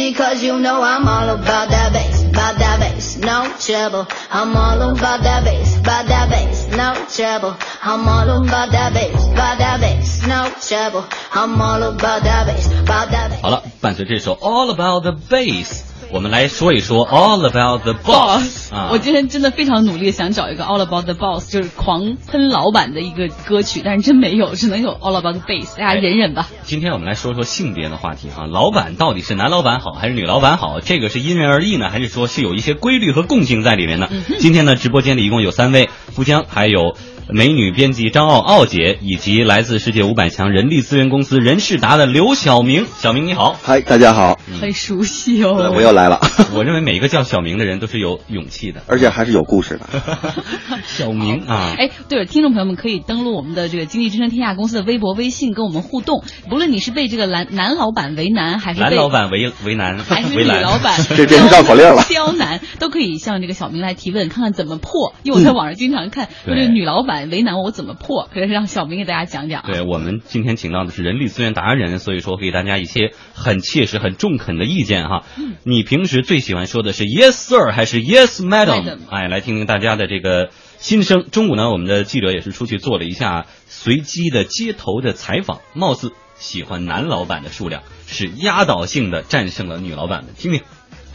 Because you know I'm all about that bass, no trouble. I'm all about that bass, no trouble. I'm all about that bass, no trouble. I'm all about that bass. 好了，伴随这首 All About the Bass， 我们来说一说 All About the Boss 啊。 我今天真的非常努力想找一个 All About the Boss， 就是狂喷老板的一个歌曲，但是真没有，只能有 All About the Bass， 大家忍忍吧。 今天我们来说说性别的话题哈，老板到底是男老板好还是女老板好？这个是因人而异呢，还是说是有一些规律和共性在里面呢？今天呢，直播间里一共有3位，富江还有美女编辑张傲姐，以及来自世界500强人力资源公司人事达的刘晓明。小明你好。 嗨，大家好。 很熟悉哦。 对，我又来了。 我认为每一个叫小明的人都是有勇气的， 而且还是有故事的。 小明啊， 哎，对了，听众朋友们可以登录我们的这个经济之声天下公司的微博、微信跟我们互动。不论你是被这个男老板为难，还是被男老板为难， 还是女老板这是绕口令了， 刁难，都可以向这个小明来提问，看看怎么破。因为我在网上经常看，说这个女老板为难我怎么破，可以让小明给大家讲讲。 对，我们今天请到的是人力资源达人，所以说给大家一些很切实、很中肯的意见哈。你平时最喜欢说的是 Yes Sir 还是 Yes Madam？ 哎，来听听大家的这个心声。中午呢，我们的记者也是出去做了一下随机的街头的采访，貌似喜欢男老板的数量是压倒性的战胜了女老板们，听听。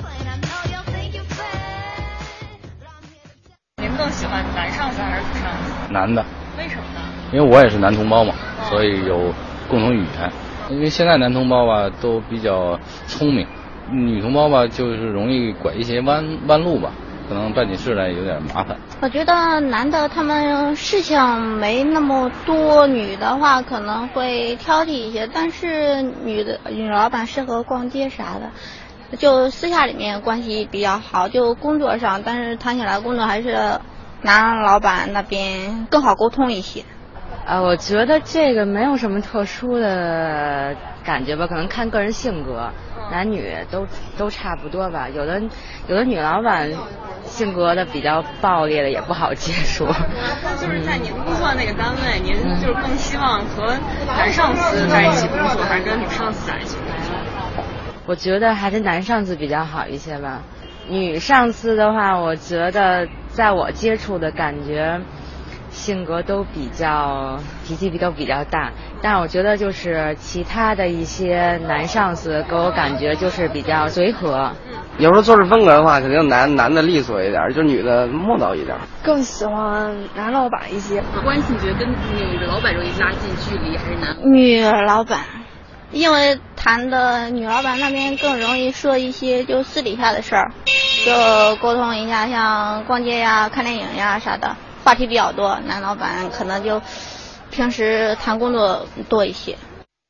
您更喜欢男上司还是女上司？ 男的。 为什么呢？ 因为我也是男同胞嘛，所以有共同语言。因为现在男同胞吧都比较聪明，女同胞吧就是容易拐一些弯路吧，可能办起事来有点麻烦。 我觉得男的他们事情没那么多，女的话可能会挑剔一些，但是女老板适合逛街啥的，就私下里面关系比较好，就工作上，但是谈起来工作还是男老板那边更好沟通一些。 我觉得这个没有什么特殊的感觉吧，可能看个人性格，男女都差不多吧。有的女老板性格的比较暴烈的也不好接触。 就是在您工作那个单位，您就是更希望和男上司在一起工作，还是跟女上司在一起工作？ 我觉得还是男上司比较好一些吧。女上司的话，我觉得在我接触的感觉性格都脾气都比较大，但我觉得就是其他的一些男上司给我感觉就是比较随和。 有时候做事风格的话，肯定男的利索一点，就女的磨叨一点。 更喜欢男老板一些。 关系你觉得跟女的老板容易拉近距离，还是男？ 女老板，因为谈的女老板那边更容易说一些就私底下的事儿，就沟通一下，像逛街呀、看电影呀啥的。话题比较多，男老板可能就平时谈工作多一些。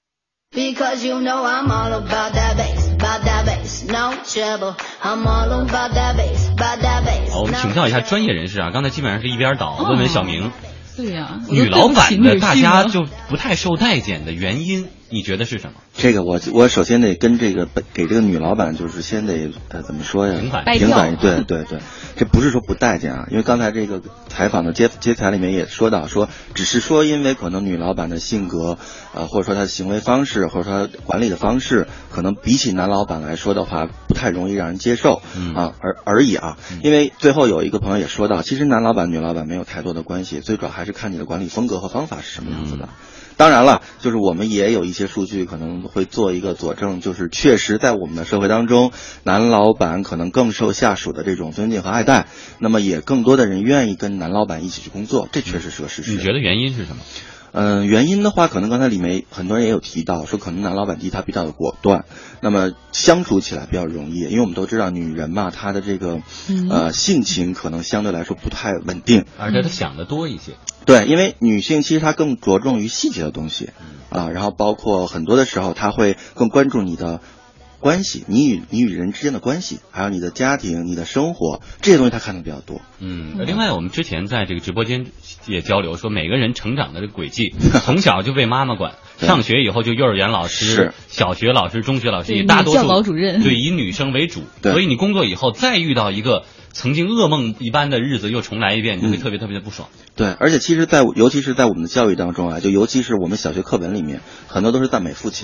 Because you know I'm all about that bass, no trouble. I'm all about that bass. 好，我们请教一下专业人士啊，刚才基本上是一边倒，问问小明。 对呀， 女老板的大家就不太受待见的原因，你觉得是什么？ 这个我首先得跟这个给这个女老板就是先得怎么说呀？平反，对，这不是说不待见啊，因为刚才这个采访的接采里面也说到，说只是说因为可能女老板的性格，或者说她的行为方式，或者说她管理的方式，可能比起男老板来说的话，不太容易让人接受而已啊。因为最后有一个朋友也说到，其实男老板女老板没有太多的关系，最主要还是看你的管理风格和方法是什么样子的。当然了，就是我们也有一些数据可能会做一个佐证，就是确实在我们的社会当中，男老板可能更受下属的这种尊敬和爱戴，那么也更多的人愿意跟男老板一起去工作，这确实是个事实。 你觉得原因是什么？ 原因的话，可能刚才里面很多人也有提到，说可能男老板第一他比较的果断，那么相处起来比较容易，因为我们都知道女人嘛，她的这个性情可能相对来说不太稳定， 而且她想的多一些。 对，因为女性其实她更着重于细节的东西然后包括很多的时候她会更关注你的关系，你与人之间的关系，还有你的家庭、你的生活，这些东西他看的比较多。 另外我们之前在这个直播间也交流说，每个人成长的这个轨迹，从小就被妈妈管，上学以后就幼儿园老师、小学老师、中学老师，也大多数教导主任， 对，以女生为主。所以你工作以后再遇到一个曾经噩梦一般的日子又重来一遍，你就会特别特别的不爽。 对，而且其实尤其是在我们的教育当中啊，就尤其是我们小学课本里面，很多都是赞美父亲。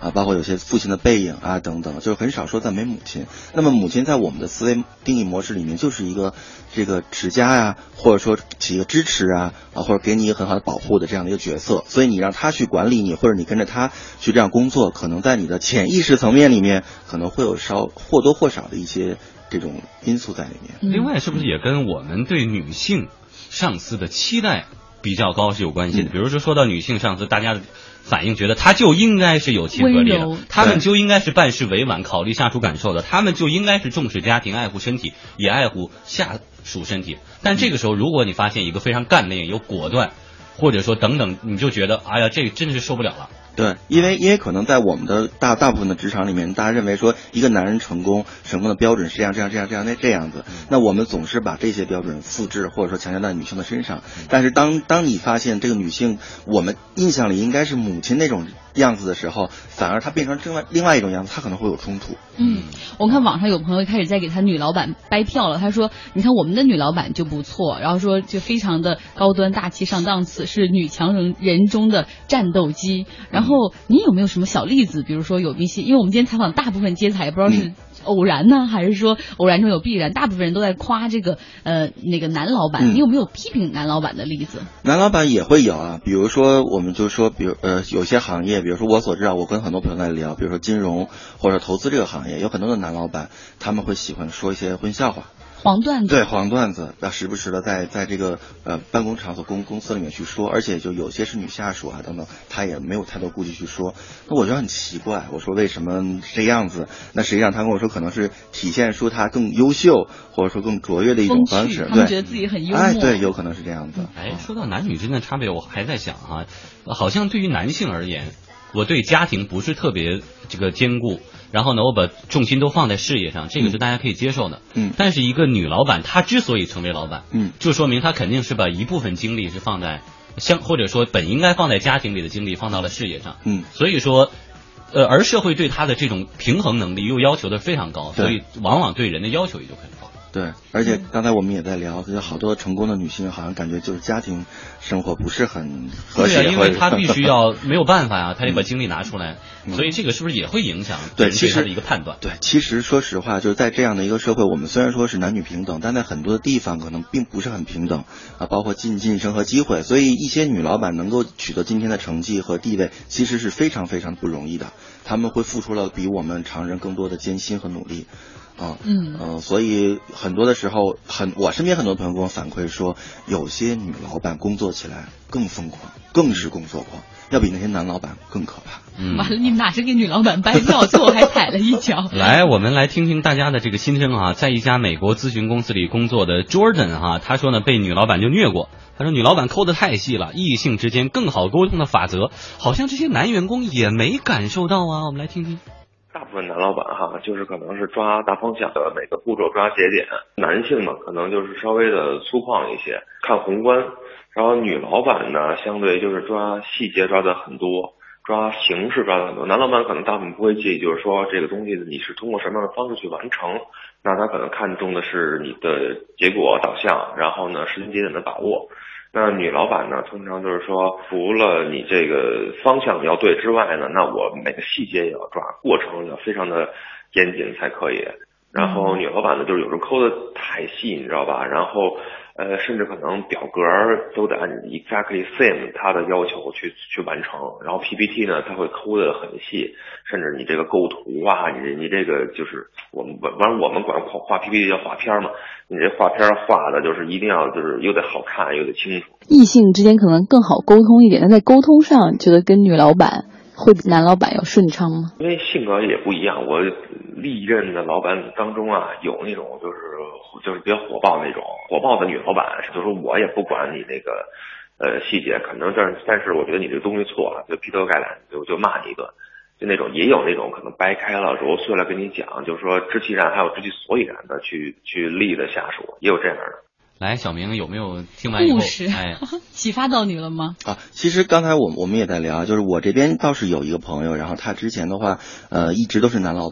包括有些父亲的背影啊等等，就是很少说赞美母亲。那么母亲在我们的思维定义模式里面就是一个这个持家呀，或者说起一个支持啊，或者给你一个很好的保护的这样的一个角色。所以你让他去管理你，或者你跟着他去这样工作，可能在你的潜意识层面里面可能会有或多或少的一些这种因素在里面。 另外是不是也跟我们对女性上司的期待比较高是有关系的？比如说到女性上司，大家的反应觉得她就应该是有亲和力的，她们就应该是办事委婉，考虑下属感受的，她们就应该是重视家庭，爱护身体，也爱护下属身体。但这个时候，如果你发现一个非常干练、有果断，或者说等等，你就觉得哎呀，这个真的是受不了了。 对，因为可能在我们的大部分的职场里面，大家认为说一个男人成功的标准是这样子，那我们总是把这些标准复制或者说强加在女性的身上。但是当你发现这个女性我们印象里应该是母亲那种样子的时候，反而她变成另外一种样子，她可能会有冲突。 我看网上有朋友开始在给他女老板掰票了，他说你看我们的女老板就不错，然后说就非常的高端大气上档次，是女强人中的战斗机。然后你有没有什么小例子，比如说有一些，因为我们今天采访大部分接彩，不知道是偶然呢，还是说偶然中有必然，大部分人都在夸这个那个男老板，你有没有批评男老板的例子？ 男老板也会有啊，比如说我们就说，比如有些行业，比如说我所知道，我跟很多朋友在聊，比如说金融或者投资这个行业，有很多的男老板，他们会喜欢说一些荤笑话。 黄段子， 对，黄段子，要时不时的在这个办公场所公司里面去说，而且就有些是女下属啊等等，他也没有太多顾忌去说。那我觉得很奇怪，我说为什么这样子？那实际上他跟我说，可能是体现出他更优秀或者说更卓越的一种方式。 他们觉得自己很幽默。 对，有可能是这样子。 说到男女之间的差别，我还在想啊，好像对于男性而言，我对家庭不是特别这个兼顾。然后呢，我把重心都放在事业上，这个是大家可以接受的。但是一个女老板，她之所以成为老板，就说明她肯定是把一部分精力是放在或者说本应该放在家庭里的精力放到了事业上。所以说，而社会对她的这种平衡能力又要求的非常高，所以往往对人的要求也就很高。 对，而且刚才我们也在聊，有好多成功的女性好像感觉就是家庭生活不是很和谐， 因为她必须要没有办法呀，她得把精力拿出来，所以这个是不是也会影响对她的一个判断？ 对，其实说实话，就是在这样的一个社会，我们虽然说是男女平等，但在很多的地方可能并不是很平等啊，包括晋升和机会，所以一些女老板能够取得今天的成绩和地位，其实是非常非常不容易的，她们会付出了比我们常人更多的艰辛和努力。所以很多的时候，我身边很多朋友跟我反馈说，有些女老板工作起来更疯狂，更是工作狂，要比那些男老板更可怕。 完了，你们哪是给女老板掰票，最后还踩了一脚。 来，我们来听听大家的这个心声啊，在一家美国咨询公司里工作的 Jordan 哈，他说呢，被女老板就虐过。他说女老板抠得太细了，异性之间更好沟通的法则，好像这些男员工也没感受到啊。我们来听听。 大部分男老板哈，就是可能是抓大方向的每个步骤抓节点，男性呢可能就是稍微的粗犷一些，看宏观，然后女老板呢相对就是抓细节抓的很多，抓形式抓的很多。男老板可能大部分不会介意，就是说这个东西你是通过什么样的方式去完成，那他可能看重的是你的结果导向，然后呢时间节点的把握。那女老板呢，通常就是说，除了你这个方向要对之外呢，那我每个细节也要抓，过程要非常的严谨才可以。然后女老板呢，就是有时候抠的太细，你知道吧？然后甚至可能表格都得按 exactly same 他的要求去完成。然后 PPT 呢，它会抠的很细，甚至你这个构图啊，你这个就是我们管画 PPT 叫画片嘛，你这画片画的就是一定要就是又得好看又得清楚。 异性之间可能更好沟通一点，但在沟通上，觉得跟女老板会比男老板要顺畅吗？ 因为性格也不一样，我历任的老板当中啊，有那种就是比较火爆那种火爆的女老板，就是说我也不管你那个细节，可能但是我觉得你这个东西错了，就劈头盖脸就骂你一顿，就那种也有那种可能掰开了揉碎了跟你讲，就是说知其然还有知其所以然的去立的下属，也有这样的。 来，小明有没有听完以后故事启发到你了吗？ 其实刚才我们也在聊，就是我这边倒是有一个朋友，然后他之前的话一直都是男老板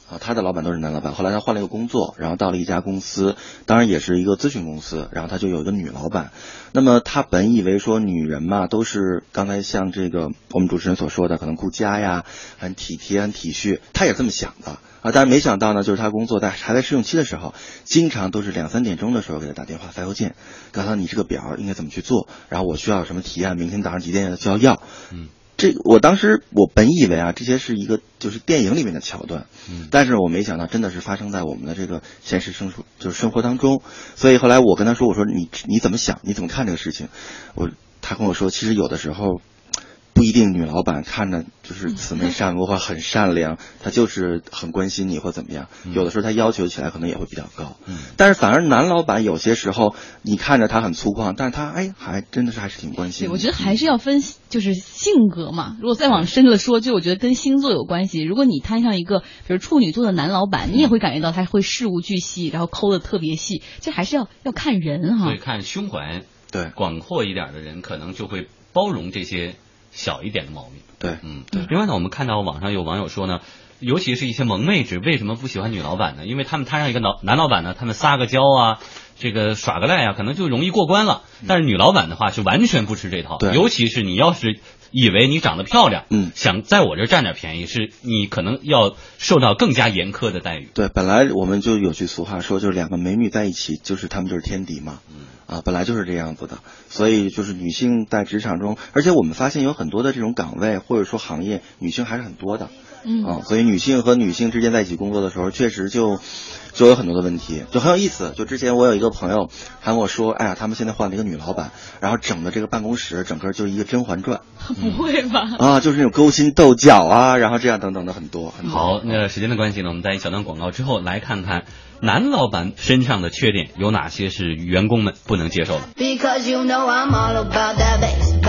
他的老板都是男老板。后来他换了一个工作，然后到了一家公司，当然也是一个咨询公司，然后他就有一个女老板。那么他本以为说女人嘛都是刚才像这个我们主持人所说的可能顾家呀，很体贴很体恤，他也这么想的但是没想到呢，就是他工作还在试用期的时候，经常都是2、3点钟的时候给他打电话发邮件，告诉他你这个表应该怎么去做，然后我需要什么提案，明天早上几点就要。这我当时我本以为这些是一个就是电影里面的桥段，但是我没想到真的是发生在我们的这个现实生活当中。所以后来我跟他说，我说你怎么想，你怎么看这个事情？他跟我说，其实有的时候不一定女老板看着就是慈眉善目或很善良，她就是很关心你或怎么样，有的时候她要求起来可能也会比较高。但是反而男老板有些时候你看着他很粗犷，但是他还真的是还是挺关心的。 我觉得还是要分就是性格嘛，如果再往深了说，就我觉得跟星座有关系。如果你摊上一个比如处女座的男老板，你也会感觉到他会事无巨细，然后抠的特别细，这还是要看人哈。 对，看胸怀对广阔一点的人可能就会包容这些小一点的毛病。 对， 对。另外呢，我们看到网上有网友说呢，尤其是一些萌妹纸为什么不喜欢女老板呢？因为他们摊上一个男老板呢，他们撒个娇这个耍个赖可能就容易过关了。但是女老板的话是完全不吃这套，尤其是你要是以为你长得漂亮，想在我这占点便宜，是你可能要受到更加严苛的待遇。 对，本来我们就有句俗话说，就是2个美女在一起，就是她们就是天敌嘛。本来就是这样子的，所以就是女性在职场中，而且我们发现有很多的这种岗位或者说行业，女性还是很多的。所以女性和女性之间在一起工作的时候，确实就有很多的问题，就很有意思。就之前我有一个朋友还跟我说，他们现在换了一个女老板，然后整的这个办公室整个就是一个甄嬛传。 不会吧？ 就是那种勾心斗角然后这样等等的很多。 好，那时间的关系呢，我们在一小段广告之后来看看男老板身上的缺点有哪些是员工们不能接受的。 Because you know I'm all about that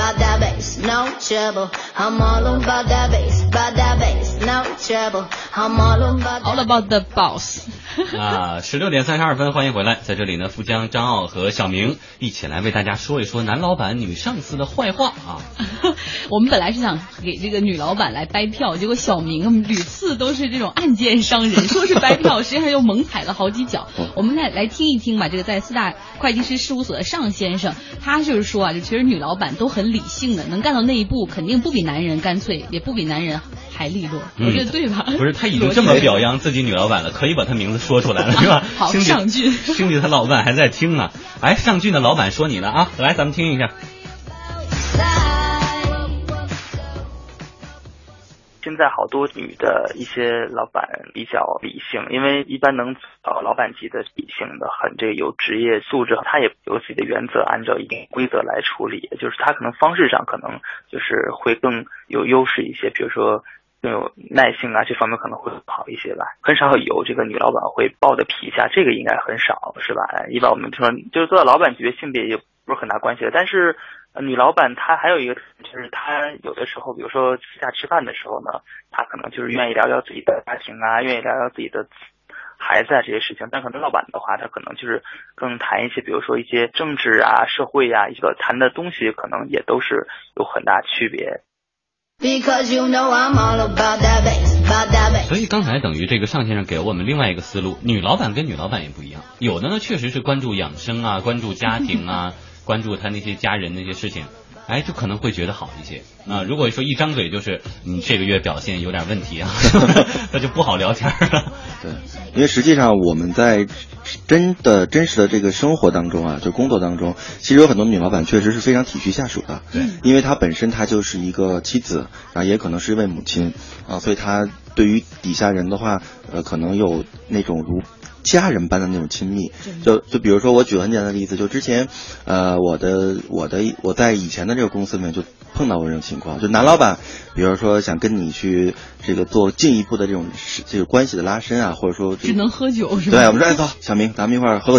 bass, no trouble. I'm all about that bass, no trouble. I'm all about the boss. 16点32分，欢迎回来。在这里呢，富江、张傲和小明一起来为大家说一说男老板、女上司的坏话我们本来是想给这个女老板来掰票，结果小明屡次都是这种暗箭伤人，说是掰票，实际上又猛踩了好几脚。我们来听一听吧，这个在4大会计师事务所的尚先生，他就是说就其实女老板都很理性的，能干到那一步，肯定不比男人干脆，也不比男人还利落。我觉得对吧？ 不是，他已经这么表扬自己女老板了，可以把他名字说出来了，是吧？ 好，尚俊， 兄弟他老板还在听呢。尚俊的老板说你了来，咱们听一下。 现在好多女的一些老板比较理性，因为一般能找老板级的理性的很有职业素质，他也有自己的原则，按照一定规则来处理，就是他可能方式上可能就是会更有优势一些，比如说更有耐性这方面可能会好一些吧。很少有这个女老板会抱着皮下，这个应该很少是吧？一般我们说就是做到老板级别，性别也不是很大关系的，但是女老板她还有一个就是她有的时候比如说私下吃饭的时候呢，她可能就是愿意聊聊自己的家庭愿意聊聊自己的孩子这些事情，但可能老板的话她可能就是更谈一些比如说一些政治社会一个谈的东西可能也都是有很大区别。 Because you know I'm all about that bass. 所以刚才等于这个尚先生给了我们另外一个思路，女老板跟女老板也不一样，有的呢确实是关注养生关注家庭关注他那些家人那些事情，就可能会觉得好一些如果说一张嘴就是你这个月表现有点问题那就不好聊天了。 对，因为实际上我们在真实的这个生活当中就工作当中，其实有很多女老板确实是非常体恤下属的。 对， 因为她本身她就是一个妻子也可能是一位母亲所以她对于底下人的话可能有那种如家人般的那种亲密。就比如说我举个很简单的例子，就之前我在以前的这个公司里面就碰到过这种情况，就男老板比如说想跟你去这个做进一步的这个关系的拉伸或者说只能喝酒是吧？ 对，我们说走小明咱们一块儿喝个酒，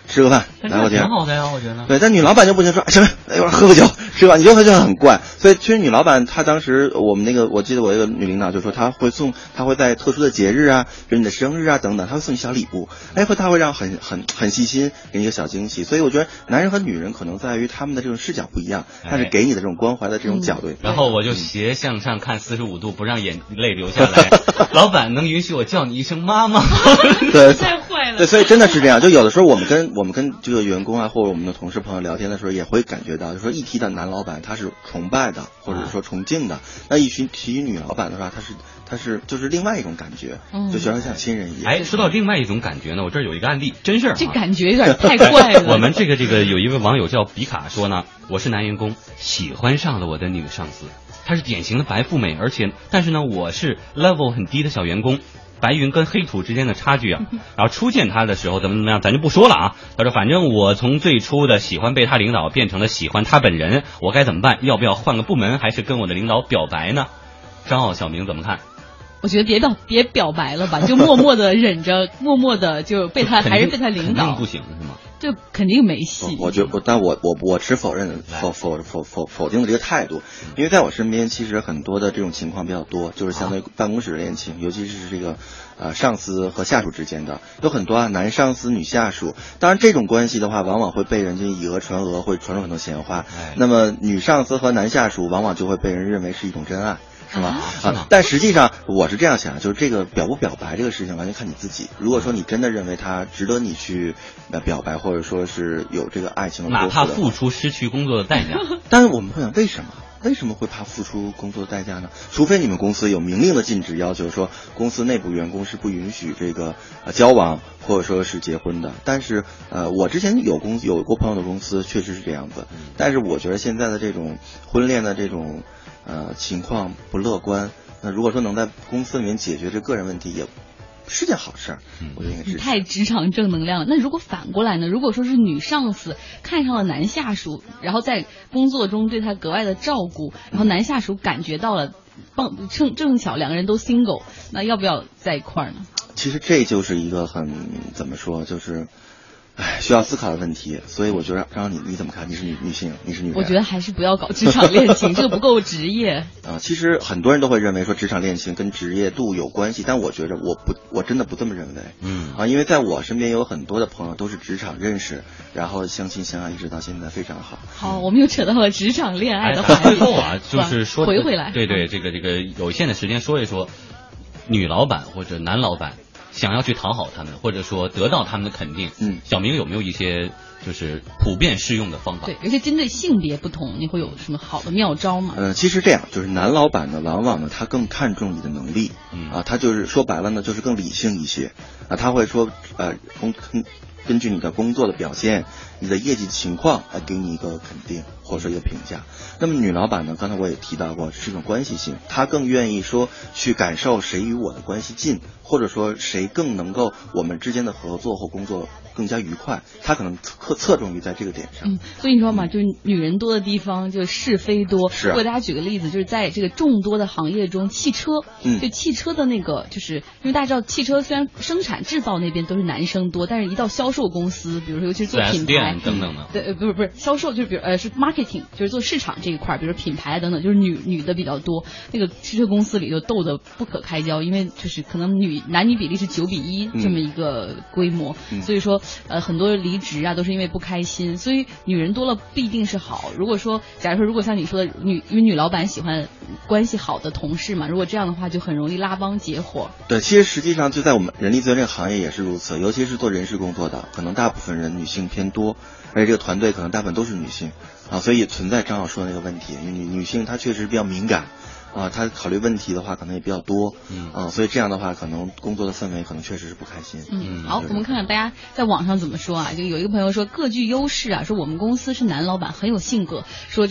吃个饭，聊个天， 挺好的呀，我觉得。 对，但女老板就不行，说行，一会儿喝个酒，是吧？你就很怪。所以其实女老板她当时我记得我一个女领导就说她会在特殊的节日啊，比如你的生日啊等等，她会送你小礼物，她会让很细心，给你一个小惊喜。所以我觉得男人和女人可能在于他们的这种视角不一样，但是给你的这种关怀的这种角度。 然后我就斜向上看45度，不让眼泪流下来。老板能允许我叫你一声妈妈？ 对， 太坏了。 对，所以真的是这样。就有的时候我们跟这个员工啊，或者我们的同事朋友聊天的时候，也会感觉到，就说一提到男老板，他是崇拜的，或者说崇敬的；那一提起女老板的话，他是就是另外一种感觉，就觉得像亲人一样。 说到另外一种感觉呢，我这儿有一个案例，真事儿。 这感觉有点太怪了。 我们这个有一位网友叫比卡说呢，我是男员工，喜欢上了我的女上司，她是典型的白富美，但是呢，我是 level 很低的小员工。白云跟黑土之间的差距啊，然后初见他的时候怎么样，咱就不说了啊。他说，反正我从最初的喜欢被他领导变成了喜欢他本人，我该怎么办？要不要换个部门，还是跟我的领导表白呢？张浩、小明怎么看？ 我觉得别表白了吧，就默默的忍着，默默的就被他还是被他领导， 肯定不行是吗？ 就肯定没戏。 但我持否认否定的这个态度，因为在我身边其实很多的这种情况比较多，就是相当于办公室恋情，尤其是这个上司和下属之间的有很多啊，男上司女下属。当然这种关系的话，往往会被人家以讹传讹，会传出很多闲话。那么女上司和男下属往往就会被人认为是一种真爱。是吧？但实际上我是这样想，就是这个表不表白这个事情完全看你自己。如果说你真的认为他值得你去表白，或者说是有这个爱情的， 哪怕付出失去工作的代价。 但是我们会想，为什么会怕付出工作的代价呢？除非你们公司有明令的禁止要求，说公司内部员工是不允许这个交往或者说是结婚的。但是我之前有过朋友的公司确实是这样子，但是我觉得现在的这种婚恋的这种情况不乐观。那如果说能在公司里面解决这个人问题，也是件好事儿。我觉得应该是太职场正能量了。那如果反过来呢？如果说是女上司看上了男下属，然后在工作中对他格外的照顾，然后男下属感觉到了正巧两个人都 single， 那要不要在一块儿呢？ 其实这就是一个很怎么说，就是需要思考的问题。所以我觉得张你怎么看？你是女性，你是女人， 我觉得还是不要搞职场恋情，这个不够职业其实很多人都会认为说职场恋情跟职业度有关系，但我觉得我真的不这么认为。因为在我身边有很多的朋友都是职场认识，然后相亲相爱一直到现在非常好。 好，我们又扯到了职场恋爱的话题。 最后啊，就是说回来， 对这个有限的时间说一说，女老板或者男老板想要去讨好他们，或者说得到他们的肯定，小明有没有一些就是普遍适用的方法？ 对，而且针对性别不同，你会有什么好的妙招吗？ 其实这样，就是男老板呢，往往呢他更看重你的能力，他就是说白了呢，就是更理性一些，他会说根据你的工作的表现，你的业绩情况来给你一个肯定或者说一个评价。那么女老板呢，刚才我也提到过，是一种关系性，她更愿意说去感受谁与我的关系近，或者说谁更能够我们之间的合作或工作更加愉快，她可能侧重于在这个点上。 所以你说嘛，就是女人多的地方就是非多。 是。 给大家举个例子，就是在这个众多的行业中，汽车，就汽车的那个，就是因为大家知道，汽车虽然生产制造那边都是男生多，但是一到销售公司，比如说尤其是做品牌等等的， 对，不是销售，就是比如是 marketing， 就是做市场这一块，比如品牌等等，就是女的比较多。那个汽车公司里就斗得不可开交，因为就是可能男女比例是9:1这么一个规模，所以说很多离职啊都是因为不开心，所以女人多了不一定是好。如果像你说的因为女老板喜欢关系好的同事嘛，如果这样的话就很容易拉帮结伙。 对，其实实际上就在我们人力资源这个行业也是如此，尤其是做人事工作的，可能大部分人女性偏多，而且这个团队可能大部分都是女性所以存在张老说的那个问题，因为女性她确实比较敏感她考虑问题的话可能也比较多所以这样的话可能工作的氛围可能确实是不开心。 好，我们看看大家在网上怎么说啊。就有一个朋友说各具优势啊，说我们公司是男老板很有性格，说这个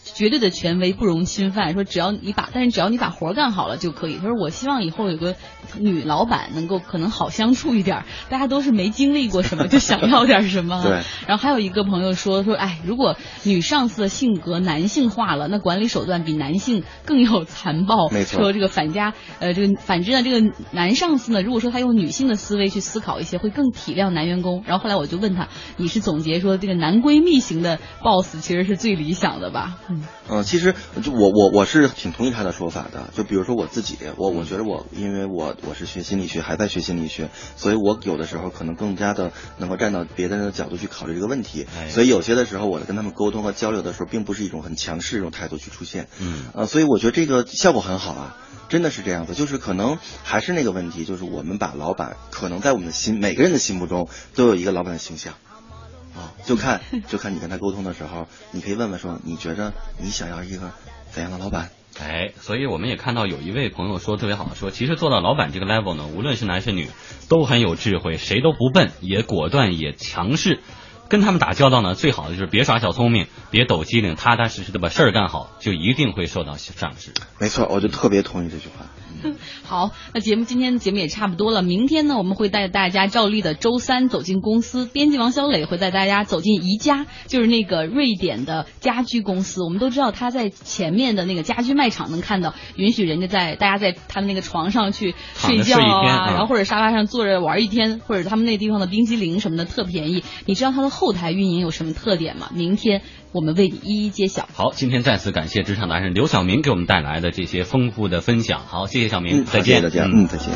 绝对的权威不容侵犯，说只要你把活干好了就可以。他说我希望以后有个女老板能够可能好相处一点，大家都是没经历过什么就想要点什么。 对。 然后还有一个朋友说，哎，如果女上司的性格男性化了，那管理手段比男性更有残暴。 没错。 说这个反之呢，这个男上司呢，如果说他用女性的思维去思考一些，会更体谅男员工。然后后来我就问他，你是总结说这个男闺蜜型的 boss 其实是最理想的吧？ 其实就我是挺同意他的说法的。就比如说我自己，我觉得因为我是学心理学，还在学心理学，所以我有的时候可能更加的能够站到别人的角度去考虑这个问题。所以有些的时候，我跟他们沟通和交流的时候，并不是一种很强势这种态度去出现。所以我觉得这个效果很好啊，真的是这样子。就是可能还是那个问题，就是我们把老板可能在我们的每个人的心目中都有一个老板的形象。就看你跟他沟通的时候，你可以问问说，你觉着你想要一个怎样的老板？ 所以我们也看到有一位朋友说特别好，说其实做到老板这个 level 呢，无论是男是女，都很有智慧，谁都不笨，也果断，也强势。跟他们打交道呢，最好的就是别耍小聪明，别抖机灵，踏踏实实的把事儿干好，就一定会受到赏识。 没错，我就特别同意这句话。 好，那今天的节目也差不多了。明天呢，我们会带大家照例的周三走进公司，编辑王小磊会带大家走进宜家，就是那个瑞典的家居公司。我们都知道他在前面的那个家居卖场能看到，允许大家在他们那个床上去睡觉啊，然后或者沙发上坐着玩一天，或者他们那地方的冰激凌什么的特便宜。你知道他的后台运营有什么特点吗？明天我们为你一一揭晓。 好，今天再次感谢职场达人刘晓明给我们带来的这些丰富的分享。好，谢谢小明，再见。 大家，再见。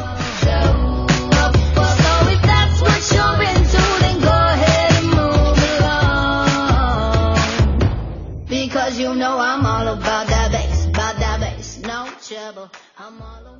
Because you know I'm all about that bass, no trouble. I'm all